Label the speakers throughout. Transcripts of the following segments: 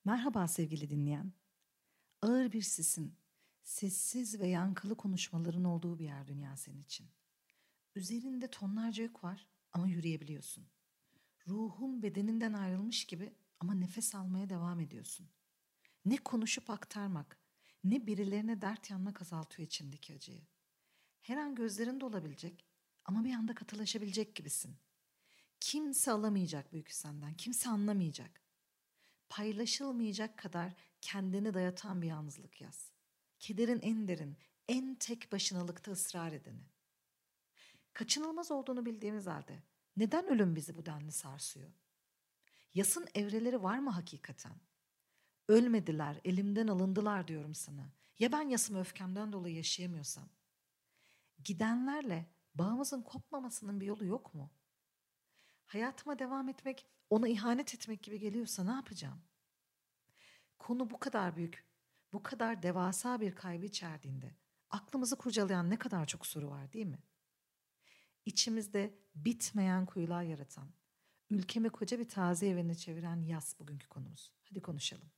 Speaker 1: Merhaba sevgili dinleyen. Ağır bir sisin, sessiz ve yankılı konuşmaların olduğu bir yer dünya senin için. Üzerinde tonlarca yük var ama yürüyebiliyorsun. Ruhun bedeninden ayrılmış gibi ama nefes almaya devam ediyorsun. Ne konuşup aktarmak, ne birilerine dert yanmak azaltıyor içindeki acıyı. Her an gözlerin dolabilecek ama bir anda katılaşabilecek gibisin. Kimse alamayacak bu yükü senden, kimse anlamayacak. Paylaşılmayacak kadar kendini dayatan bir yalnızlık yaz. Kederin en derin, en tek başınalıkta ısrar edeni. Kaçınılmaz olduğunu bildiğimiz halde neden ölüm bizi bu denli sarsıyor? Yasın evreleri var mı hakikaten? Ölmediler, elimden alındılar diyorum sana. Ya ben yasımı öfkemden dolayı yaşayamıyorsam? Gidenlerle bağımızın kopmamasının bir yolu yok mu? Hayatıma devam etmek, ona ihanet etmek gibi geliyorsa ne yapacağım? Konu bu kadar büyük, bu kadar devasa bir kaybı içerdiğinde aklımızı kurcalayan ne kadar çok soru var değil mi? İçimizde bitmeyen kuyular yaratan, ülkemi koca bir taze evine çeviren yas bugünkü konumuz. Hadi konuşalım.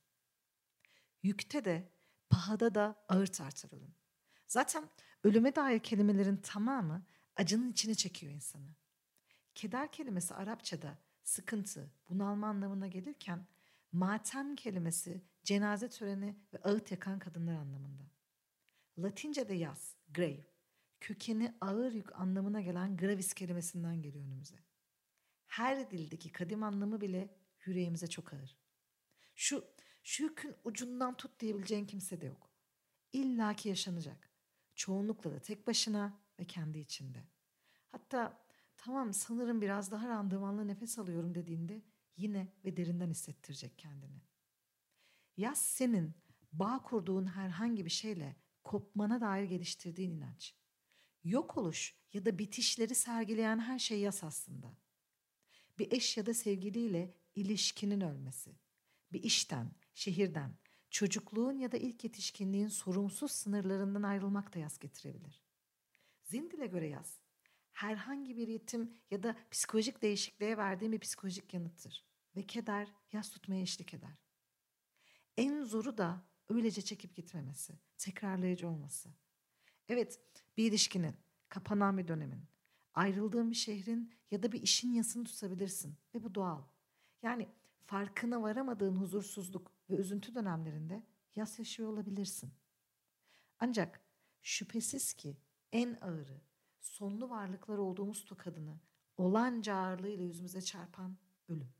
Speaker 1: Yükte de, pahada da ağır tartılalım. Zaten ölüme dair kelimelerin tamamı acının içine çekiyor insanı. Keder kelimesi Arapçada sıkıntı, bunalma anlamına gelirken matem kelimesi cenaze töreni ve ağıt yakan kadınlar anlamında. Latince'de yas, grave, kökeni ağır yük anlamına gelen gravis kelimesinden geliyor önümüze. Her dildeki kadim anlamı bile yüreğimize çok ağır. Şu, şu yükün ucundan tut diyebileceğin kimse de yok. İlla ki yaşanacak. Çoğunlukla da tek başına ve kendi içinde. Hatta tamam sanırım biraz daha randımanlı nefes alıyorum dediğinde yine ve derinden hissettirecek kendini. Yaz senin bağ kurduğun herhangi bir şeyle kopmana dair geliştirdiğin inanç. Yok oluş ya da bitişleri sergileyen her şey yas aslında. Bir eş ya da sevgiliyle ilişkinin ölmesi. Bir işten, şehirden, çocukluğun ya da ilk yetişkinliğin sorumsuz sınırlarından ayrılmak da yas getirebilir. Zindil'e göre yaz, herhangi bir yetim ya da psikolojik değişikliğe verdiğim bir psikolojik yanıttır. Ve keder yas tutmaya eşlik eder. En zoru da öylece çekip gitmemesi, tekrarlayıcı olması. Evet, bir ilişkinin, kapanan bir dönemin, ayrıldığın bir şehrin ya da bir işin yasını tutabilirsin ve bu doğal. Yani farkına varamadığın huzursuzluk ve üzüntü dönemlerinde yas yaşıyor olabilirsin. Ancak şüphesiz ki en ağırı sonlu varlıklar olduğumuz tokadını olanca ağırlığıyla yüzümüze çarpan ölüm.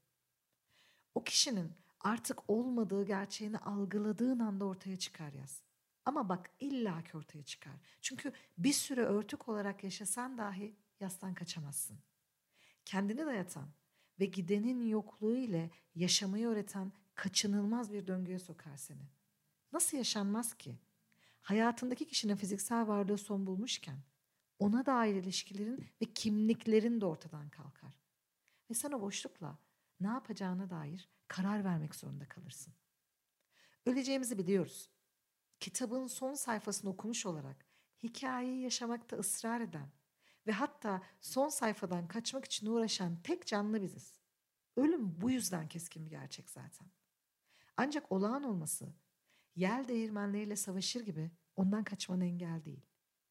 Speaker 1: O kişinin artık olmadığı gerçeğini algıladığın anda ortaya çıkar yaz. Ama bak illaki ortaya çıkar. Çünkü bir süre örtük olarak yaşasan dahi yastan kaçamazsın. Kendini dayatan ve gidenin yokluğu ile yaşamayı öğreten kaçınılmaz bir döngüye sokar seni. Nasıl yaşanmaz ki? Hayatındaki kişinin fiziksel varlığı son bulmuşken ona dair ilişkilerin ve kimliklerin de ortadan kalkar. Ve sen o boşlukla ne yapacağına dair karar vermek zorunda kalırsın. Öleceğimizi biliyoruz. Kitabın son sayfasını okumuş olarak hikayeyi yaşamakta ısrar eden ve hatta son sayfadan kaçmak için uğraşan tek canlı biziz. Ölüm bu yüzden keskin bir gerçek zaten. Ancak olağan olması, yel değirmenleriyle savaşır gibi ondan kaçmanı engel değil.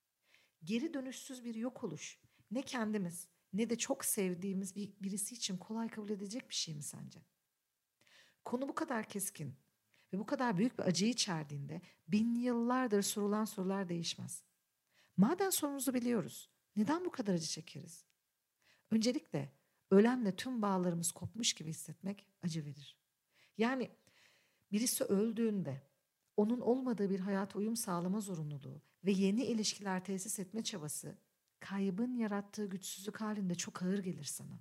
Speaker 1: Geri dönüşsüz bir yok oluş ne kendimiz ne de çok sevdiğimiz birisi için kolay kabul edilecek bir şey mi sence? Konu bu kadar keskin ve bu kadar büyük bir acıyı içerdiğinde bin yıllardır sorulan sorular değişmez. Madem sorumuzu biliyoruz, neden bu kadar acı çekeriz? Öncelikle ölenle tüm bağlarımız kopmuş gibi hissetmek acı verir. Yani birisi öldüğünde onun olmadığı bir hayata uyum sağlama zorunluluğu ve yeni ilişkiler tesis etme çabası kaybın yarattığı güçsüzlük halinde çok ağır gelir sana.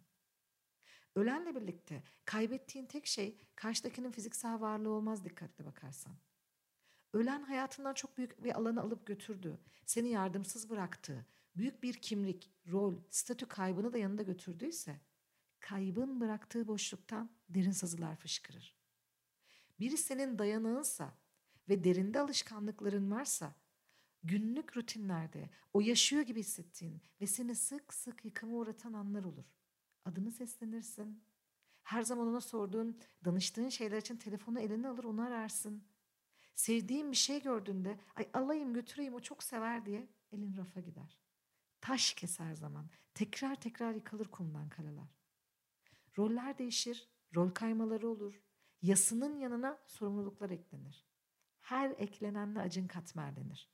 Speaker 1: Ölenle birlikte kaybettiğin tek şey karşıdakinin fiziksel varlığı olmaz dikkatli bakarsan. Ölen hayatından çok büyük bir alanı alıp götürdü. Seni yardımsız bıraktı. Büyük bir kimlik, rol, statü kaybını da yanında götürdüyse kaybın bıraktığı boşluktan derin sızılar fışkırır. Biri senin dayanağınsa ve derinde alışkanlıkların varsa günlük rutinlerde o yaşıyor gibi hissettiğin ve seni sık sık yıkıma uğratan anlar olur. Adını seslenirsin. Her zaman ona sorduğun, danıştığın şeyler için telefonu eline alır, onu ararsın. Sevdiğin bir şey gördüğünde, ay alayım götüreyim o çok sever diye elin rafa gider. Taş keser zaman. Tekrar tekrar yıkılır kumdan kaleler. Roller değişir, rol kaymaları olur. Yasının yanına sorumluluklar eklenir. Her eklenenle acın katmer denir.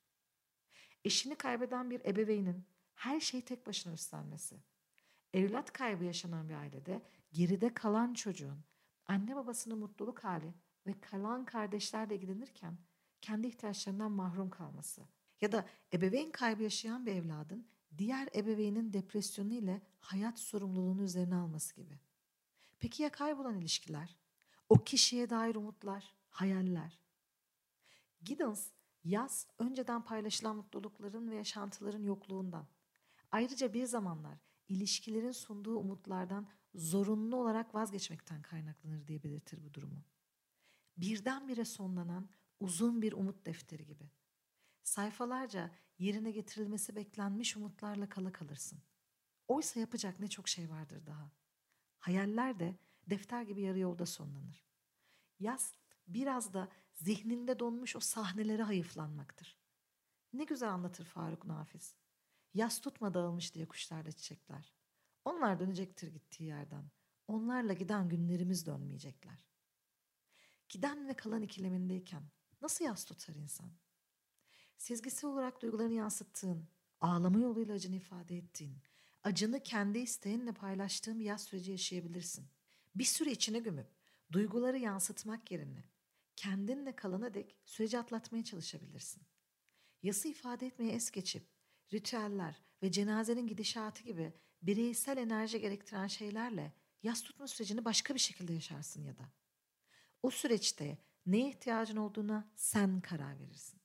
Speaker 1: Eşini kaybeden bir ebeveynin her şeyi tek başına üstlenmesi. Evlat kaybı yaşanan bir ailede geride kalan çocuğun anne babasının mutluluk hali ve kalan kardeşlerle ilgilenirken kendi ihtiyaçlarından mahrum kalması. Ya da ebeveyn kaybı yaşayan bir evladın diğer ebeveynin depresyonu ile hayat sorumluluğunu üzerine alması gibi. Peki ya kaybolan ilişkiler? O kişiye dair umutlar, hayaller. Giddens, yaz önceden paylaşılan mutlulukların ve yaşantıların yokluğundan. Ayrıca bir zamanlar ilişkilerin sunduğu umutlardan zorunlu olarak vazgeçmekten kaynaklanır diye belirtir bu durumu. Birdenbire sonlanan uzun bir umut defteri gibi. Sayfalarca yerine getirilmesi beklenmiş umutlarla kala kalırsın. Oysa yapacak ne çok şey vardır daha. Hayaller de defter gibi yarı yolda sonlanır. Yaz biraz da zihninde donmuş o sahnelere hayıflanmaktır. Ne güzel anlatır Faruk Nafiz. Yaz tutma dağılmış diye kuşlarla çiçekler. Onlar dönecektir gittiği yerden. Onlarla giden günlerimiz dönmeyecekler. Giden ve kalan ikilemindeyken nasıl yas tutar insan? Sezgisel olarak duygularını yansıttığın, ağlama yoluyla acını ifade ettiğin, acını kendi isteğinle paylaştığın bir yaz süreci yaşayabilirsin. Bir süre içine gömüp duyguları yansıtmak yerine kendinle kalana dek süreci atlatmaya çalışabilirsin. Yası ifade etmeye es geçip ritüeller ve cenazenin gidişatı gibi bireysel enerji gerektiren şeylerle yas tutma sürecini başka bir şekilde yaşarsın ya da. O süreçte neye ihtiyacın olduğuna sen karar verirsin.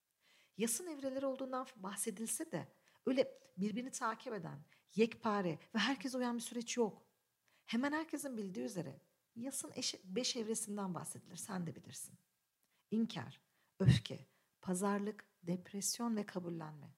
Speaker 1: Yasın evreleri olduğundan bahsedilse de öyle birbirini takip eden, yekpare ve herkese uyan bir süreç yok. Hemen herkesin bildiği üzere yasın 5 evresinden bahsedilir, sen de bilirsin. İnkar, öfke, pazarlık, depresyon ve kabullenme.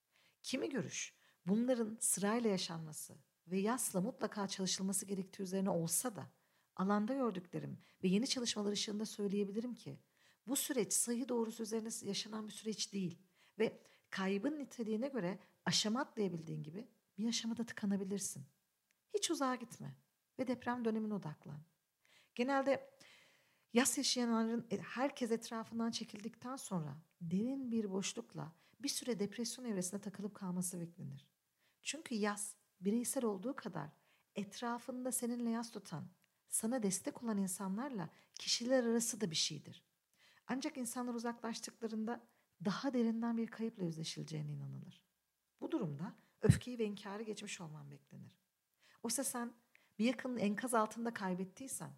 Speaker 1: Kimi görüş bunların sırayla yaşanması ve yasla mutlaka çalışılması gerektiği üzerine olsa da alanda gördüklerim ve yeni çalışmalar ışığında söyleyebilirim ki bu süreç sayı doğrusu üzerine yaşanan bir süreç değil ve kaybın niteliğine göre aşama atlayabildiğin gibi bir aşamada tıkanabilirsin. Hiç uzağa gitme ve deprem dönemine odaklan. Genelde yas yaşayanların herkes etrafından çekildikten sonra derin bir boşlukla bir süre depresyon evresine takılıp kalması beklenir. Çünkü yas bireysel olduğu kadar etrafında seninle yas tutan, sana destek olan insanlarla kişiler arası da bir şeydir. Ancak insanlar uzaklaştıklarında daha derinden bir kayıpla yüzleşileceğine inanılır. Bu durumda öfkeyi ve inkarı geçmiş olman beklenir. Oysa sen bir yakının enkaz altında kaybettiysen,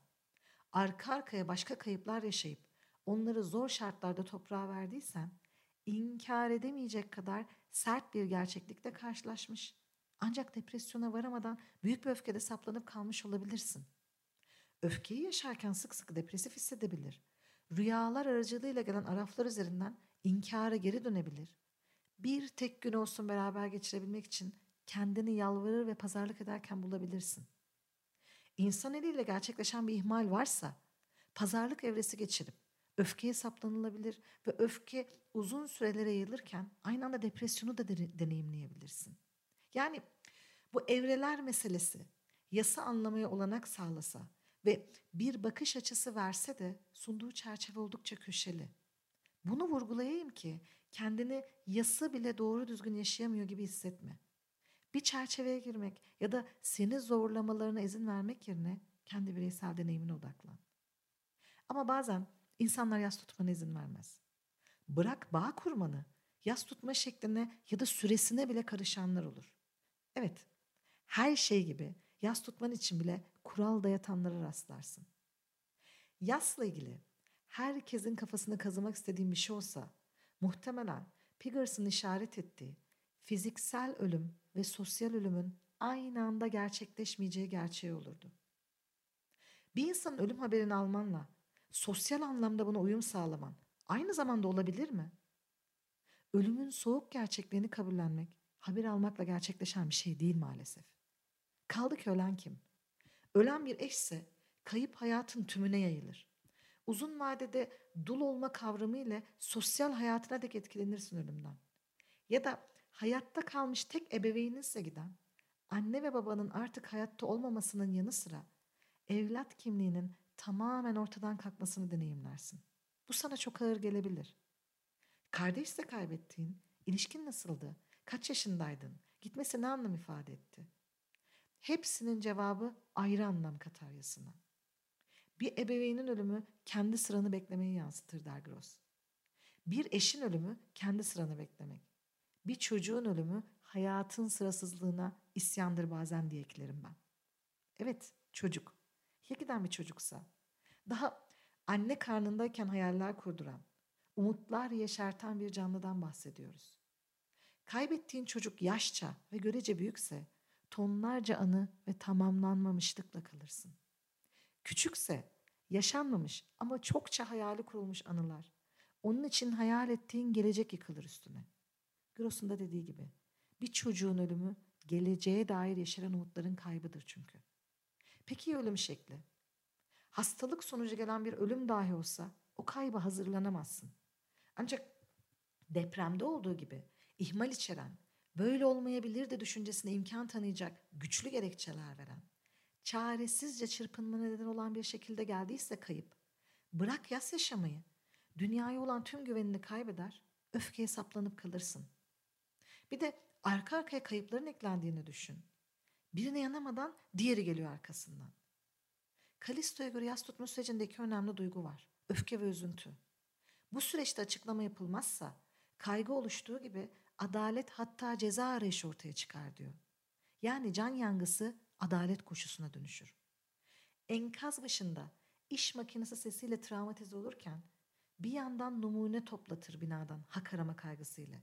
Speaker 1: arka arkaya başka kayıplar yaşayıp onları zor şartlarda toprağa verdiysen, inkar edemeyecek kadar sert bir gerçeklikle karşılaşmış. Ancak depresyona varamadan büyük bir öfkede saplanıp kalmış olabilirsin. Öfkeyi yaşarken sık sık depresif hissedebilir. Rüyalar aracılığıyla gelen araflar üzerinden inkara geri dönebilir. Bir tek gün olsun beraber geçirebilmek için kendini yalvarır ve pazarlık ederken bulabilirsin. İnsan eliyle gerçekleşen bir ihmal varsa pazarlık evresi geçirip öfkeye saplanılabilir ve öfke uzun sürelere yayılırken aynı anda depresyonu da deneyimleyebilirsin. Yani bu evreler meselesi yasa anlamaya olanak sağlasa ve bir bakış açısı verse de sunduğu çerçeve oldukça köşeli. Bunu vurgulayayım ki kendini yası bile doğru düzgün yaşayamıyor gibi hissetme. Bir çerçeveye girmek ya da seni zorlamalarına izin vermek yerine kendi bireysel deneyimine odaklan. Ama bazen insanlar yas tutmana izin vermez. Bırak bağ kurmanı, yas tutma şekline ya da süresine bile karışanlar olur. Evet, her şey gibi yas tutman için bile kural dayatanlara rastlarsın. Yasla ilgili herkesin kafasını kazımak istediğim bir şey olsa muhtemelen Piggers'ın işaret ettiği fiziksel ölüm ve sosyal ölümün aynı anda gerçekleşmeyeceği gerçeği olurdu. Bir insanın ölüm haberini almanla sosyal anlamda buna uyum sağlaman aynı zamanda olabilir mi? Ölümün soğuk gerçekliğini kabullenmek haber almakla gerçekleşen bir şey değil maalesef. Kaldı ki ölen kim? Ölen bir eşse Kayıp hayatın tümüne yayılır. Uzun vadede dul olma kavramı ile sosyal hayatına dek etkilenirsin ölümden. Ya da hayatta kalmış tek ebeveyninse giden, anne ve babanın artık hayatta olmamasının yanı sıra evlat kimliğinin tamamen ortadan kalkmasını deneyimlersin. Bu sana çok ağır gelebilir. Kardeşse kaybettiğin, ilişkin nasıldı? Kaç yaşındaydın? Gitmesi ne anlam ifade etti? Hepsinin cevabı ayrı anlam katar yasına. Bir ebeveynin ölümü kendi sıranı beklemeyi yansıtır der Gross. Bir eşin ölümü kendi sıranı beklemek. Bir çocuğun ölümü hayatın sırasızlığına isyandır bazen diye eklerim ben. Evet, çocuk. Ya giden bir çocuksa? Daha anne karnındayken hayaller kurduran, umutlar yeşerten bir canlıdan bahsediyoruz. Kaybettiğin çocuk yaşça ve görece büyükse tonlarca anı ve tamamlanmamışlıkla kalırsın. Küçükse yaşanmamış ama çokça hayali kurulmuş anılar. Onun için hayal ettiğin gelecek yıkılır üstüne. Gross'un da dediği gibi bir çocuğun ölümü geleceğe dair yeşeren umutların kaybıdır çünkü. Peki ya ölüm şekli? Hastalık sonucu gelen bir ölüm dahi olsa o kayba hazırlanamazsın. Ancak depremde olduğu gibi ihmal içeren, böyle olmayabilir de düşüncesine imkan tanıyacak güçlü gerekçeler veren, çaresizce çırpınma neden olan bir şekilde geldiyse kayıp, bırak yas yaşamayı, dünyaya olan tüm güvenini kaybeder, öfkeye saplanıp kalırsın. Bir de arka arkaya kayıpların eklendiğini düşün. Birine yanamadan diğeri geliyor arkasından. Kalisto'ya göre yas tutma sürecinde iki önemli duygu var. Öfke ve üzüntü. Bu süreçte açıklama yapılmazsa kaygı oluştuğu gibi adalet hatta ceza arayışı ortaya çıkar diyor. Yani can yangısı adalet koşusuna dönüşür. Enkaz başında iş makinesi sesiyle travmatize olurken bir yandan numune toplatır binadan hak arama kaygısıyla.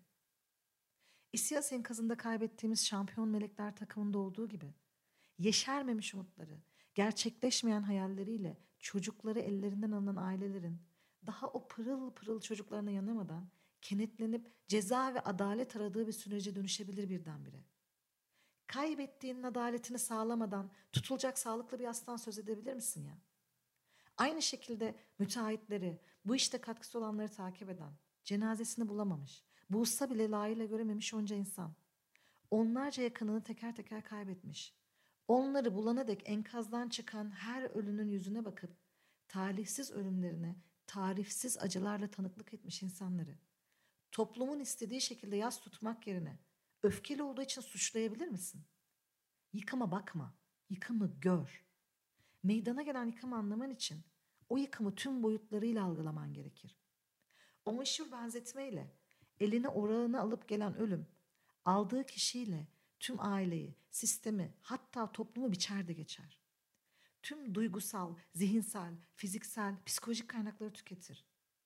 Speaker 1: İSİAS enkazında kaybettiğimiz şampiyon melekler takımında olduğu gibi yeşermemiş umutları, gerçekleşmeyen hayalleriyle çocukları ellerinden alınan ailelerin daha o pırıl pırıl çocuklarına yanamadan kenetlenip ceza ve adalet aradığı bir sürece dönüşebilir birdenbire. Kaybettiğinin adaletini sağlamadan tutulacak sağlıklı bir yastan söz edebilir misin ya? Aynı şekilde müteahhitleri, bu işte katkısı olanları takip eden, cenazesini bulamamış, bulsa bile layığıyla görememiş onca insan. Onlarca yakınını teker teker kaybetmiş. Onları bulana dek enkazdan çıkan her ölünün yüzüne bakıp talihsiz ölümlerine tarifsiz acılarla tanıklık etmiş insanları. Toplumun istediği şekilde yas tutmak yerine öfkeli olduğu için suçlayabilir misin? Yıkıma bakma, yıkımı gör. Meydana gelen yıkımı anlaman için o yıkımı tüm boyutlarıyla algılaman gerekir. O meşhur benzetmeyle eline orağını alıp gelen ölüm, aldığı kişiyle tüm aileyi, sistemi, hatta toplumu biçer de geçer. Tüm duygusal, zihinsel, fiziksel, psikolojik kaynakları tüketir.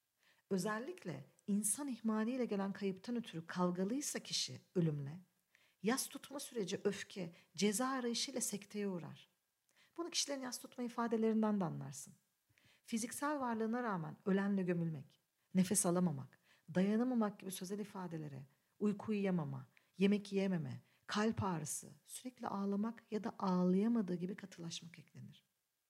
Speaker 1: Özellikle insan ihmaliyle gelen kayıptan ötürü kavgalıysa kişi ölümle, yas tutma süreci öfke, ceza arayışıyla sekteye uğrar. Bunu kişilerin yas tutma ifadelerinden de anlarsın. Fiziksel varlığına rağmen ölenle gömülmek, nefes alamamak, dayanamamak gibi sözel ifadelere, uyku uyuyamama, yemek yiyememe, kalp ağrısı, sürekli ağlamak ya da ağlayamadığı gibi katılaşmak eklenir.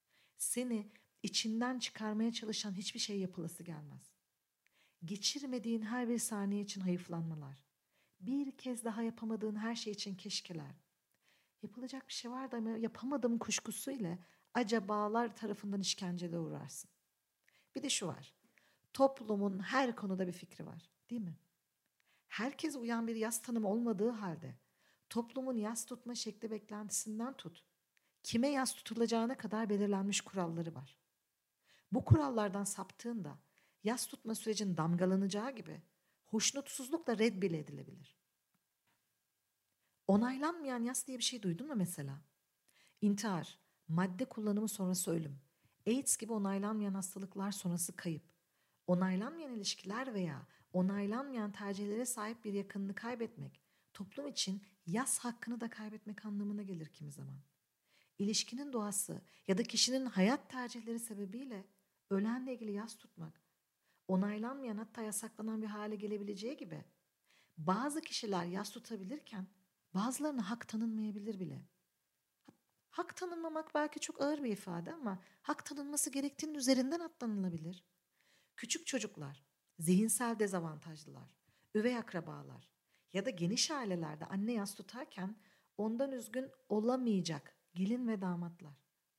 Speaker 1: Seni içinden çıkarmaya çalışan hiçbir şey yapılası gelmez. Geçirmediğin her bir saniye için hayıflanmalar, bir kez daha yapamadığın her şey için keşkeler, yapılacak bir şey var da ama yapamadım kuşkusu ile acabalar tarafından işkencede uğrarsın. Bir de şu var. Toplumun her konuda bir fikri var, değil mi? Herkes uyan bir yas tanımı olmadığı halde toplumun yas tutma şekli beklentisinden tut, kime yas tutulacağına kadar belirlenmiş kuralları var. Bu kurallardan saptığında yas tutma sürecin damgalanacağı gibi hoşnutsuzlukla red bile edilebilir. Onaylanmayan yas diye bir şey duydun mu mesela? İntihar, madde kullanımı sonrası ölüm, AIDS gibi onaylanmayan hastalıklar sonrası kayıp, onaylanmayan ilişkiler veya onaylanmayan tercihlere sahip bir yakınını kaybetmek, toplum için yas hakkını da kaybetmek anlamına gelir kimi zaman. İlişkinin doğası ya da kişinin hayat tercihleri sebebiyle ölenle ilgili yas tutmak, onaylanmayan hatta yasaklanan bir hale gelebileceği gibi bazı kişiler yas tutabilirken bazılarına hak tanınmayabilir bile. Hak tanınmamak belki çok ağır bir ifade ama hak tanınması gerektiğinin üzerinden atlanılabilir. Küçük çocuklar, zihinsel dezavantajlılar, üvey akrabalar ya da geniş ailelerde anne yas tutarken ondan üzgün olamayacak gelin ve damatlar.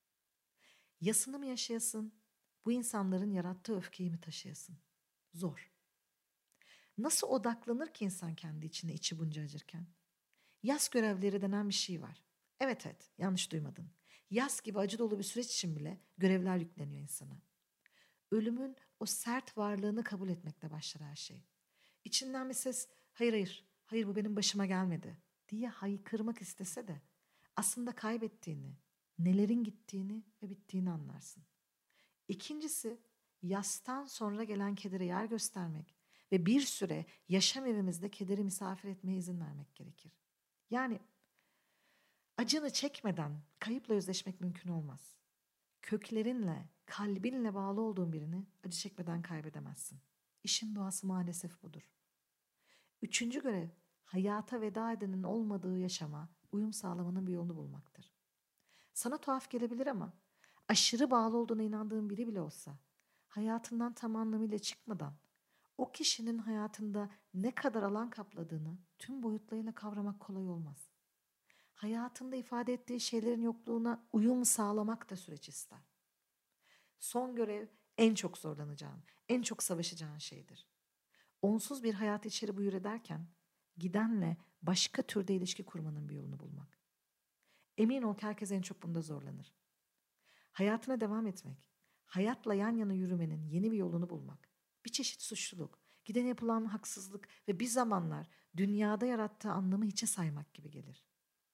Speaker 1: Yasını mı yaşayasın? Bu insanların yarattığı öfkeyi mi taşıyasın? Zor. Nasıl odaklanır ki insan kendi içine içi bunca acırken? Yas görevleri denen bir şey var. Evet evet, yanlış duymadın. Yas gibi acı dolu bir süreç için bile görevler yükleniyor insana. Ölümün o sert varlığını kabul etmekle başlar her şey. İçinden bir ses hayır hayır, hayır bu benim başıma gelmedi diye haykırmak istese de aslında kaybettiğini, nelerin gittiğini ve bittiğini anlarsın. İkincisi, yastan sonra gelen kedere yer göstermek ve bir süre yaşam evimizde kederi misafir etmeye izin vermek gerekir. Yani acını çekmeden kayıpla yüzleşmek mümkün olmaz. Köklerinle, kalbinle bağlı olduğun birini acı çekmeden kaybedemezsin. İşin doğası maalesef budur. Üçüncü görev, hayata veda edenin olmadığı yaşama uyum sağlamanın bir yolunu bulmaktır. Sana tuhaf gelebilir ama aşırı bağlı olduğuna inandığın biri bile olsa hayatından tam anlamıyla çıkmadan o kişinin hayatında ne kadar alan kapladığını tüm boyutlarıyla kavramak kolay olmaz. Hayatında ifade ettiği şeylerin yokluğuna uyum sağlamak da süreç ister. Son görev en çok zorlanacağın, en çok savaşacağın şeydir. Onsuz bir hayat içeri buyur ederken gidenle başka türde ilişki kurmanın bir yolunu bulmak. Emin ol ki herkes en çok bunda zorlanır. Hayatına devam etmek, hayatla yan yana yürümenin yeni bir yolunu bulmak, bir çeşit suçluluk, gidene yapılan haksızlık ve bir zamanlar dünyada yarattığı anlamı hiçe saymak gibi gelir.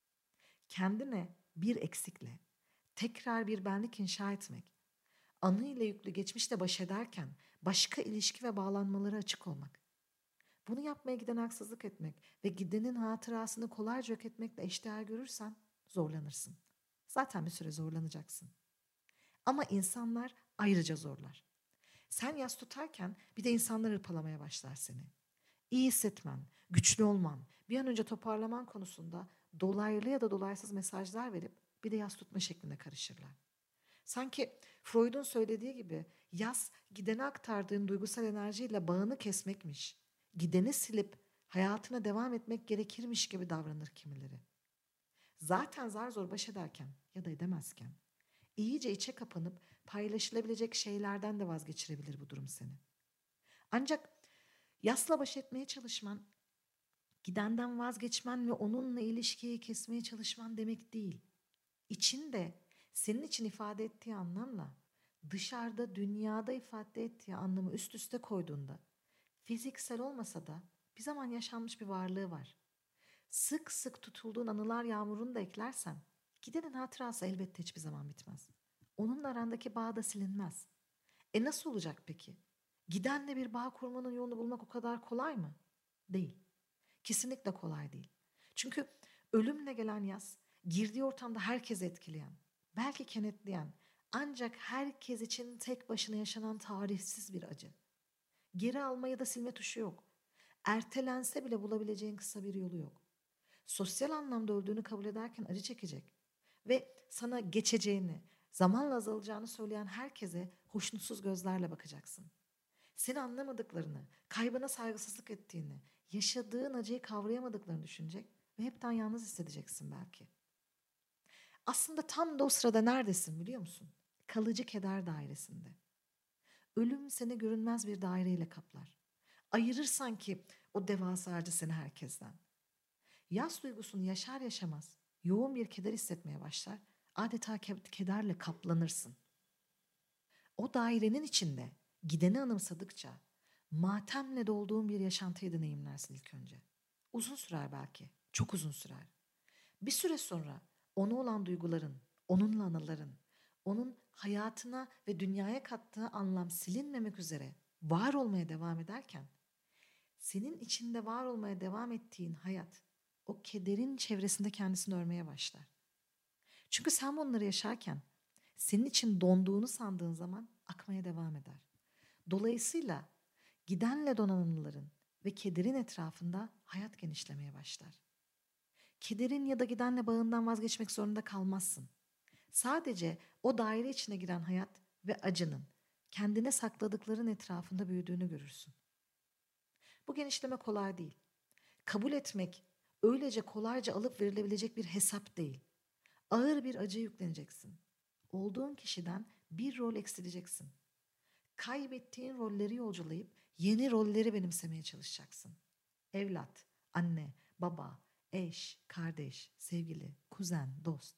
Speaker 1: Kendine bir eksikle tekrar bir benlik inşa etmek, anı ile yüklü geçmişle baş ederken başka ilişki ve bağlanmalara açık olmak. Bunu yapmaya giden haksızlık etmek ve gidenin hatırasını kolayca yok etmekle eşdeğer görürsen zorlanırsın. Zaten bir süre zorlanacaksın. Ama insanlar ayrıca zorlar. Sen yas tutarken bir de insanlar hırpalamaya başlar seni. İyi hissetmen, güçlü olman, bir an önce toparlaman konusunda dolaylı ya da dolaysız mesajlar verip bir de yas tutma şeklinde karışırlar. Sanki Freud'un söylediği gibi yas gidene aktardığın duygusal enerjiyle bağını kesmekmiş. Gideni silip hayatına devam etmek gerekirmiş gibi davranır kimileri. Zaten zar zor baş ederken ya da edemezken iyice içe kapanıp paylaşılabilecek şeylerden de vazgeçirebilir bu durum seni. Ancak yasla baş etmeye çalışman, gidenden vazgeçmen ve onunla ilişkiyi kesmeye çalışman demek değil. İçinde senin için ifade ettiği anlamla dışarıda dünyada ifade ettiği anlamı üst üste koyduğunda fiziksel olmasa da bir zaman yaşanmış bir varlığı var. Sık sık tutulduğun anılar yağmurunu da eklersen gidenin hatırası elbette hiçbir zaman bitmez. Onunla arandaki bağ da silinmez. Nasıl olacak peki? Gidenle bir bağ kurmanın yolunu bulmak o kadar kolay mı? Değil. Kesinlikle kolay değil. Çünkü ölümle gelen yas, girdiği ortamda herkesi etkileyen, belki kenetleyen, ancak herkes için tek başına yaşanan tarihsiz bir acı. Geri alma ya da silme tuşu yok. Ertelense bile bulabileceğin kısa bir yolu yok. Sosyal anlamda öldüğünü kabul ederken acı çekecek ve sana geçeceğini, zamanla azalacağını söyleyen herkese hoşnutsuz gözlerle bakacaksın. Seni anlamadıklarını, kaybına saygısızlık ettiğini, yaşadığın acıyı kavrayamadıklarını düşünecek ve hepten yalnız hissedeceksin belki. Aslında tam da o sırada neredesin biliyor musun? Kalıcı keder dairesinde. Ölüm seni görünmez bir daireyle kaplar. Ayırır sanki o devasa acı seni herkesten. Yas duygusunu yaşar yaşamaz yoğun bir keder hissetmeye başlar. Adeta kederle kaplanırsın. O dairenin içinde gideni anımsadıkça matemle dolduğun bir yaşantıyı deneyimlersin ilk önce. Uzun sürer belki, çok uzun sürer. Bir süre sonra ona olan duyguların, onunla anıların, onun hayatına ve dünyaya kattığı anlam silinmemek üzere var olmaya devam ederken, senin içinde var olmaya devam ettiğin hayat, o kederin çevresinde kendisini örmeye başlar. Çünkü sen bunları yaşarken, senin için donduğunu sandığın zaman akmaya devam eder. Dolayısıyla gidenle donan anıların ve kederin etrafında hayat genişlemeye başlar. Kederin ya da gidenle bağından vazgeçmek zorunda kalmazsın. Sadece o daire içine giren hayat ve acının kendine sakladıkların etrafında büyüdüğünü görürsün. Bu genişleme kolay değil. Kabul etmek öylece kolayca alıp verilebilecek bir hesap değil. Ağır bir acı yükleneceksin. Olduğun kişiden bir rol eksileceksin. Kaybettiğin rolleri yolculayıp yeni rolleri benimsemeye çalışacaksın. Evlat, anne, baba, eş, kardeş, sevgili, kuzen, dost.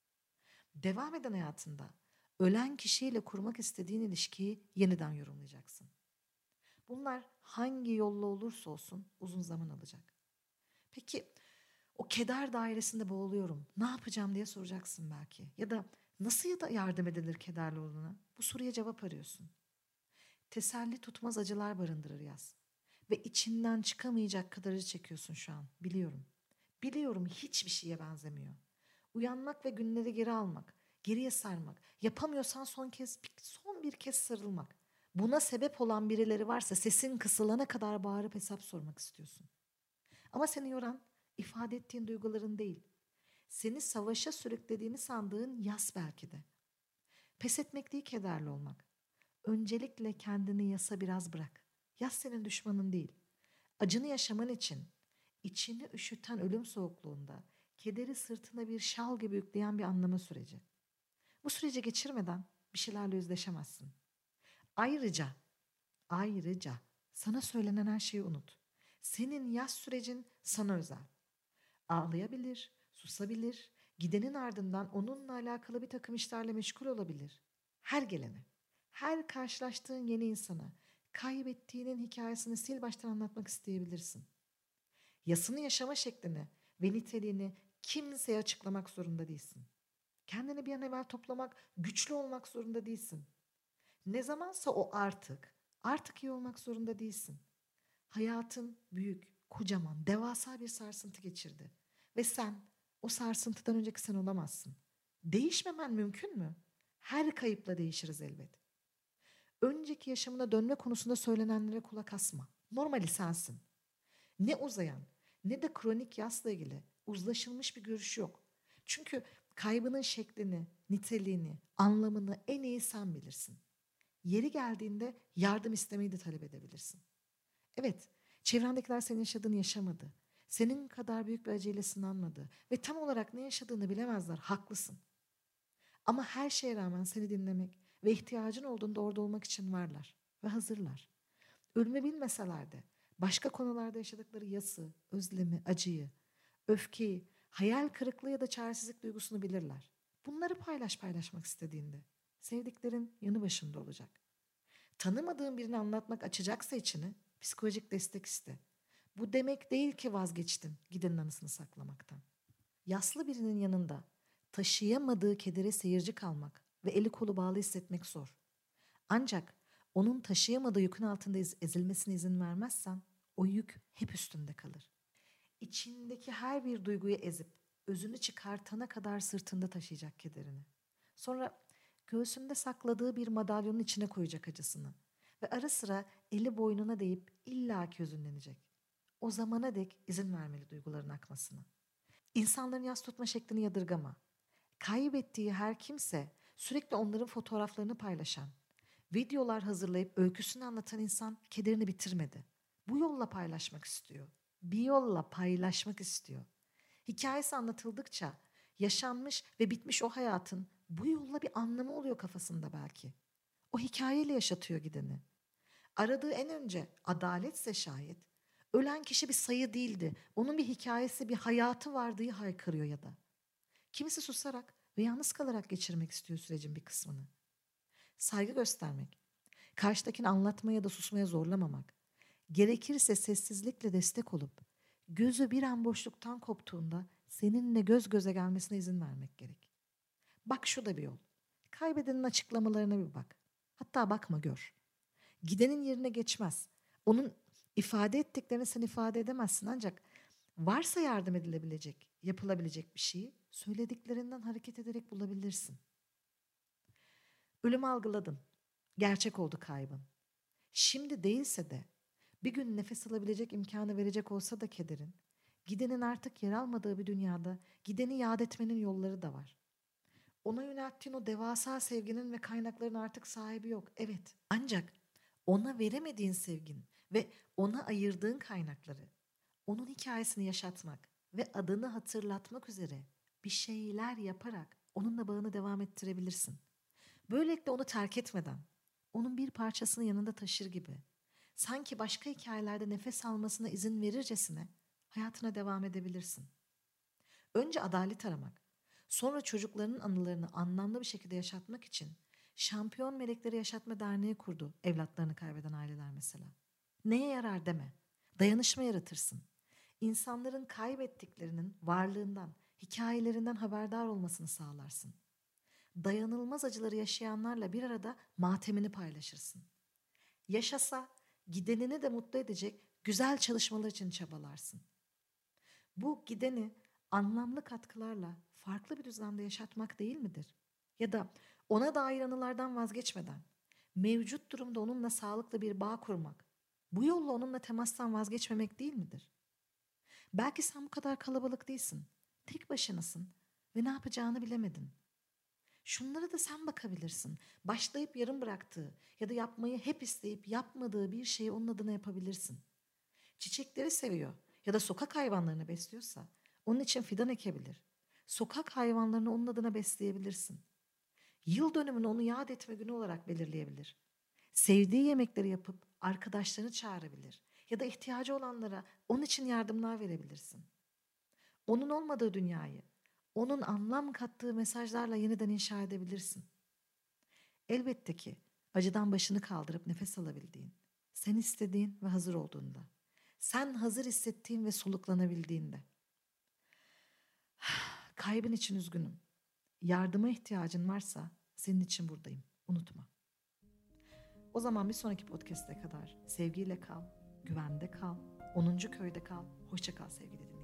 Speaker 1: Devam eden hayatında ölen kişiyle kurmak istediğin ilişkiyi yeniden yorumlayacaksın. Bunlar hangi yolla olursa olsun uzun zaman alacak. Peki o keder dairesinde boğuluyorum, ne yapacağım diye soracaksın belki. Ya da nasıl ya da yardım edilir kederli olana? Bu soruya cevap arıyorsun. Teselli tutmaz acılar barındırır yaz. Ve içinden çıkamayacak kadar acı çekiyorsun şu an. Biliyorum. Biliyorum, hiçbir şeye benzemiyor. Uyanmak ve günleri geri almak, geriye sarmak. Yapamıyorsan son bir kez sarılmak. Buna sebep olan birileri varsa sesin kısılana kadar bağırıp hesap sormak istiyorsun. Ama seni yoran ifade ettiğin duyguların değil. Seni savaşa sürüklediğini sandığın yas belki de. Pes etmek değil, kederli olmak. Öncelikle kendini yasa biraz bırak. Yas senin düşmanın değil. Acını yaşaman için içini üşüten ölüm soğukluğunda kederi sırtına bir şal gibi yükleyen bir anlama süreci. Bu süreci geçirmeden bir şeylerle yüzleşemezsin. Ayrıca, ayrıca sana söylenen her şeyi unut. Senin yaz sürecin sana özel. Ağlayabilir, susabilir, gidenin ardından onunla alakalı bir takım işlerle meşgul olabilir. Her gelene, her karşılaştığın yeni insana kaybettiğinin hikayesini sil baştan anlatmak isteyebilirsin. Yasını yaşama şeklini ve niteliğini kimseye açıklamak zorunda değilsin. Kendini bir an evvel toplamak, güçlü olmak zorunda değilsin. Ne zamansa o artık iyi olmak zorunda değilsin. Hayatın büyük, kocaman, devasa bir sarsıntı geçirdi. Ve sen o sarsıntıdan önceki sen olamazsın. Değişmemen mümkün mü? Her kayıpla değişiriz elbet. Önceki yaşamına dönme konusunda söylenenlere kulak asma. Normali sensin. Ne uzayan ne de kronik yasla ilgili uzlaşılmış bir görüş yok. Çünkü kaybının şeklini, niteliğini, anlamını en iyi sen bilirsin. Yeri geldiğinde yardım istemeyi de talep edebilirsin. Evet, çevrendekiler senin yaşadığını yaşamadı. Senin kadar büyük bir acıyla sınanmadı ve tam olarak ne yaşadığını bilemezler, haklısın. Ama her şeye rağmen seni dinlemek ve ihtiyacın olduğunda orada olmak için varlar ve hazırlar. Ölümü bilmeseler de başka konularda yaşadıkları yası, özlemi, acıyı, öfkeyi, hayal kırıklığı ya da çaresizlik duygusunu bilirler. Bunları paylaşmak istediğinde sevdiklerin yanı başında olacak. Tanımadığın birini anlatmak açacaksa içini, psikolojik destek iste. Bu demek değil ki vazgeçtin gidenin anısını saklamaktan. Yaslı birinin yanında taşıyamadığı kedere seyirci kalmak ve eli kolu bağlı hissetmek zor. Ancak onun taşıyamadığı yükün altında ezilmesine izin vermezsen o yük hep üstünde kalır. İçindeki her bir duyguyu ezip özünü çıkartana kadar sırtında taşıyacak kederini. Sonra göğsünde sakladığı bir madalyonun içine koyacak acısını ve ara sıra eli boynuna değip illaki hüzünlenecek. O zamana dek izin vermeli duyguların akmasına. İnsanların yas tutma şeklini yadırgama. Kaybettiği her kimse sürekli onların fotoğraflarını paylaşan, videolar hazırlayıp öyküsünü anlatan insan kederini bitirmedi. Bu yolla paylaşmak istiyor. Bir yolla paylaşmak istiyor. Hikayesi anlatıldıkça yaşanmış ve bitmiş o hayatın bu yolla bir anlamı oluyor kafasında belki. O hikayeyle yaşatıyor gideni. Aradığı en önce adaletse şayet, ölen kişi bir sayı değildi. Onun bir hikayesi, bir hayatı vardığı haykırıyor ya da. Kimisi susarak ve yalnız kalarak geçirmek istiyor sürecin bir kısmını. Saygı göstermek, karşıdakini anlatmaya ya da susmaya zorlamamak, gerekirse sessizlikle destek olup, gözü bir an boşluktan koptuğunda seninle göz göze gelmesine izin vermek gerek. Bak şu da bir yol. Kaybedenin açıklamalarına bir bak. Hatta bakma gör. Gidenin yerine geçmez. Onun ifade ettiklerini sen ifade edemezsin ancak varsa yardım edilebilecek, yapılabilecek bir şeyi söylediklerinden hareket ederek bulabilirsin. Ölümü algıladın. Gerçek oldu kaybın. Şimdi değilse de bir gün nefes alabilecek imkanı verecek olsa da kederin, gidenin artık yer almadığı bir dünyada gideni yad etmenin yolları da var. Ona yönelttiğin o devasa sevginin ve kaynakların artık sahibi yok. Evet. Ancak ona veremediğin sevgin ve ona ayırdığın kaynakları, onun hikayesini yaşatmak ve adını hatırlatmak üzere bir şeyler yaparak onunla bağını devam ettirebilirsin. Böylelikle onu terk etmeden, onun bir parçasını yanında taşır gibi, sanki başka hikayelerde nefes almasına izin verircesine hayatına devam edebilirsin. Önce adalet aramak, sonra çocuklarının anılarını anlamlı bir şekilde yaşatmak için Şampiyon Melekleri Yaşatma Derneği kurdu evlatlarını kaybeden aileler mesela. Neye yarar deme, dayanışma yaratırsın. İnsanların kaybettiklerinin varlığından, hikayelerinden haberdar olmasını sağlarsın. Dayanılmaz acıları yaşayanlarla bir arada matemini paylaşırsın. Yaşasa gidenini de mutlu edecek güzel çalışmalar için çabalarsın. Bu gideni anlamlı katkılarla farklı bir düzlemde yaşatmak değil midir? Ya da ona dair anılardan vazgeçmeden mevcut durumda onunla sağlıklı bir bağ kurmak, bu yolla onunla temastan vazgeçmemek değil midir? Belki sen bu kadar kalabalık değilsin, tek başınasın ve ne yapacağını bilemedin. Şunlara da sen bakabilirsin. Başlayıp yarım bıraktığı ya da yapmayı hep isteyip yapmadığı bir şeyi onun adına yapabilirsin. Çiçekleri seviyor ya da sokak hayvanlarını besliyorsa onun için fidan ekebilir. Sokak hayvanlarını onun adına besleyebilirsin. Yıl dönümünü onu yad etme günü olarak belirleyebilir. Sevdiği yemekleri yapıp arkadaşlarını çağırabilir ya da ihtiyacı olanlara onun için yardımlar verebilirsin. Onun olmadığı dünyayı, onun anlam kattığı mesajlarla yeniden inşa edebilirsin. Elbette ki acıdan başını kaldırıp nefes alabildiğin, sen istediğin ve hazır olduğunda, sen hazır hissettiğin ve soluklanabildiğinde. Kaybın için üzgünüm. Yardıma ihtiyacın varsa senin için buradayım. Unutma. O zaman bir sonraki podcast'e kadar sevgiyle kal, güvende kal, 10. köyde kal, hoşça kal sevgili dinleyiciler.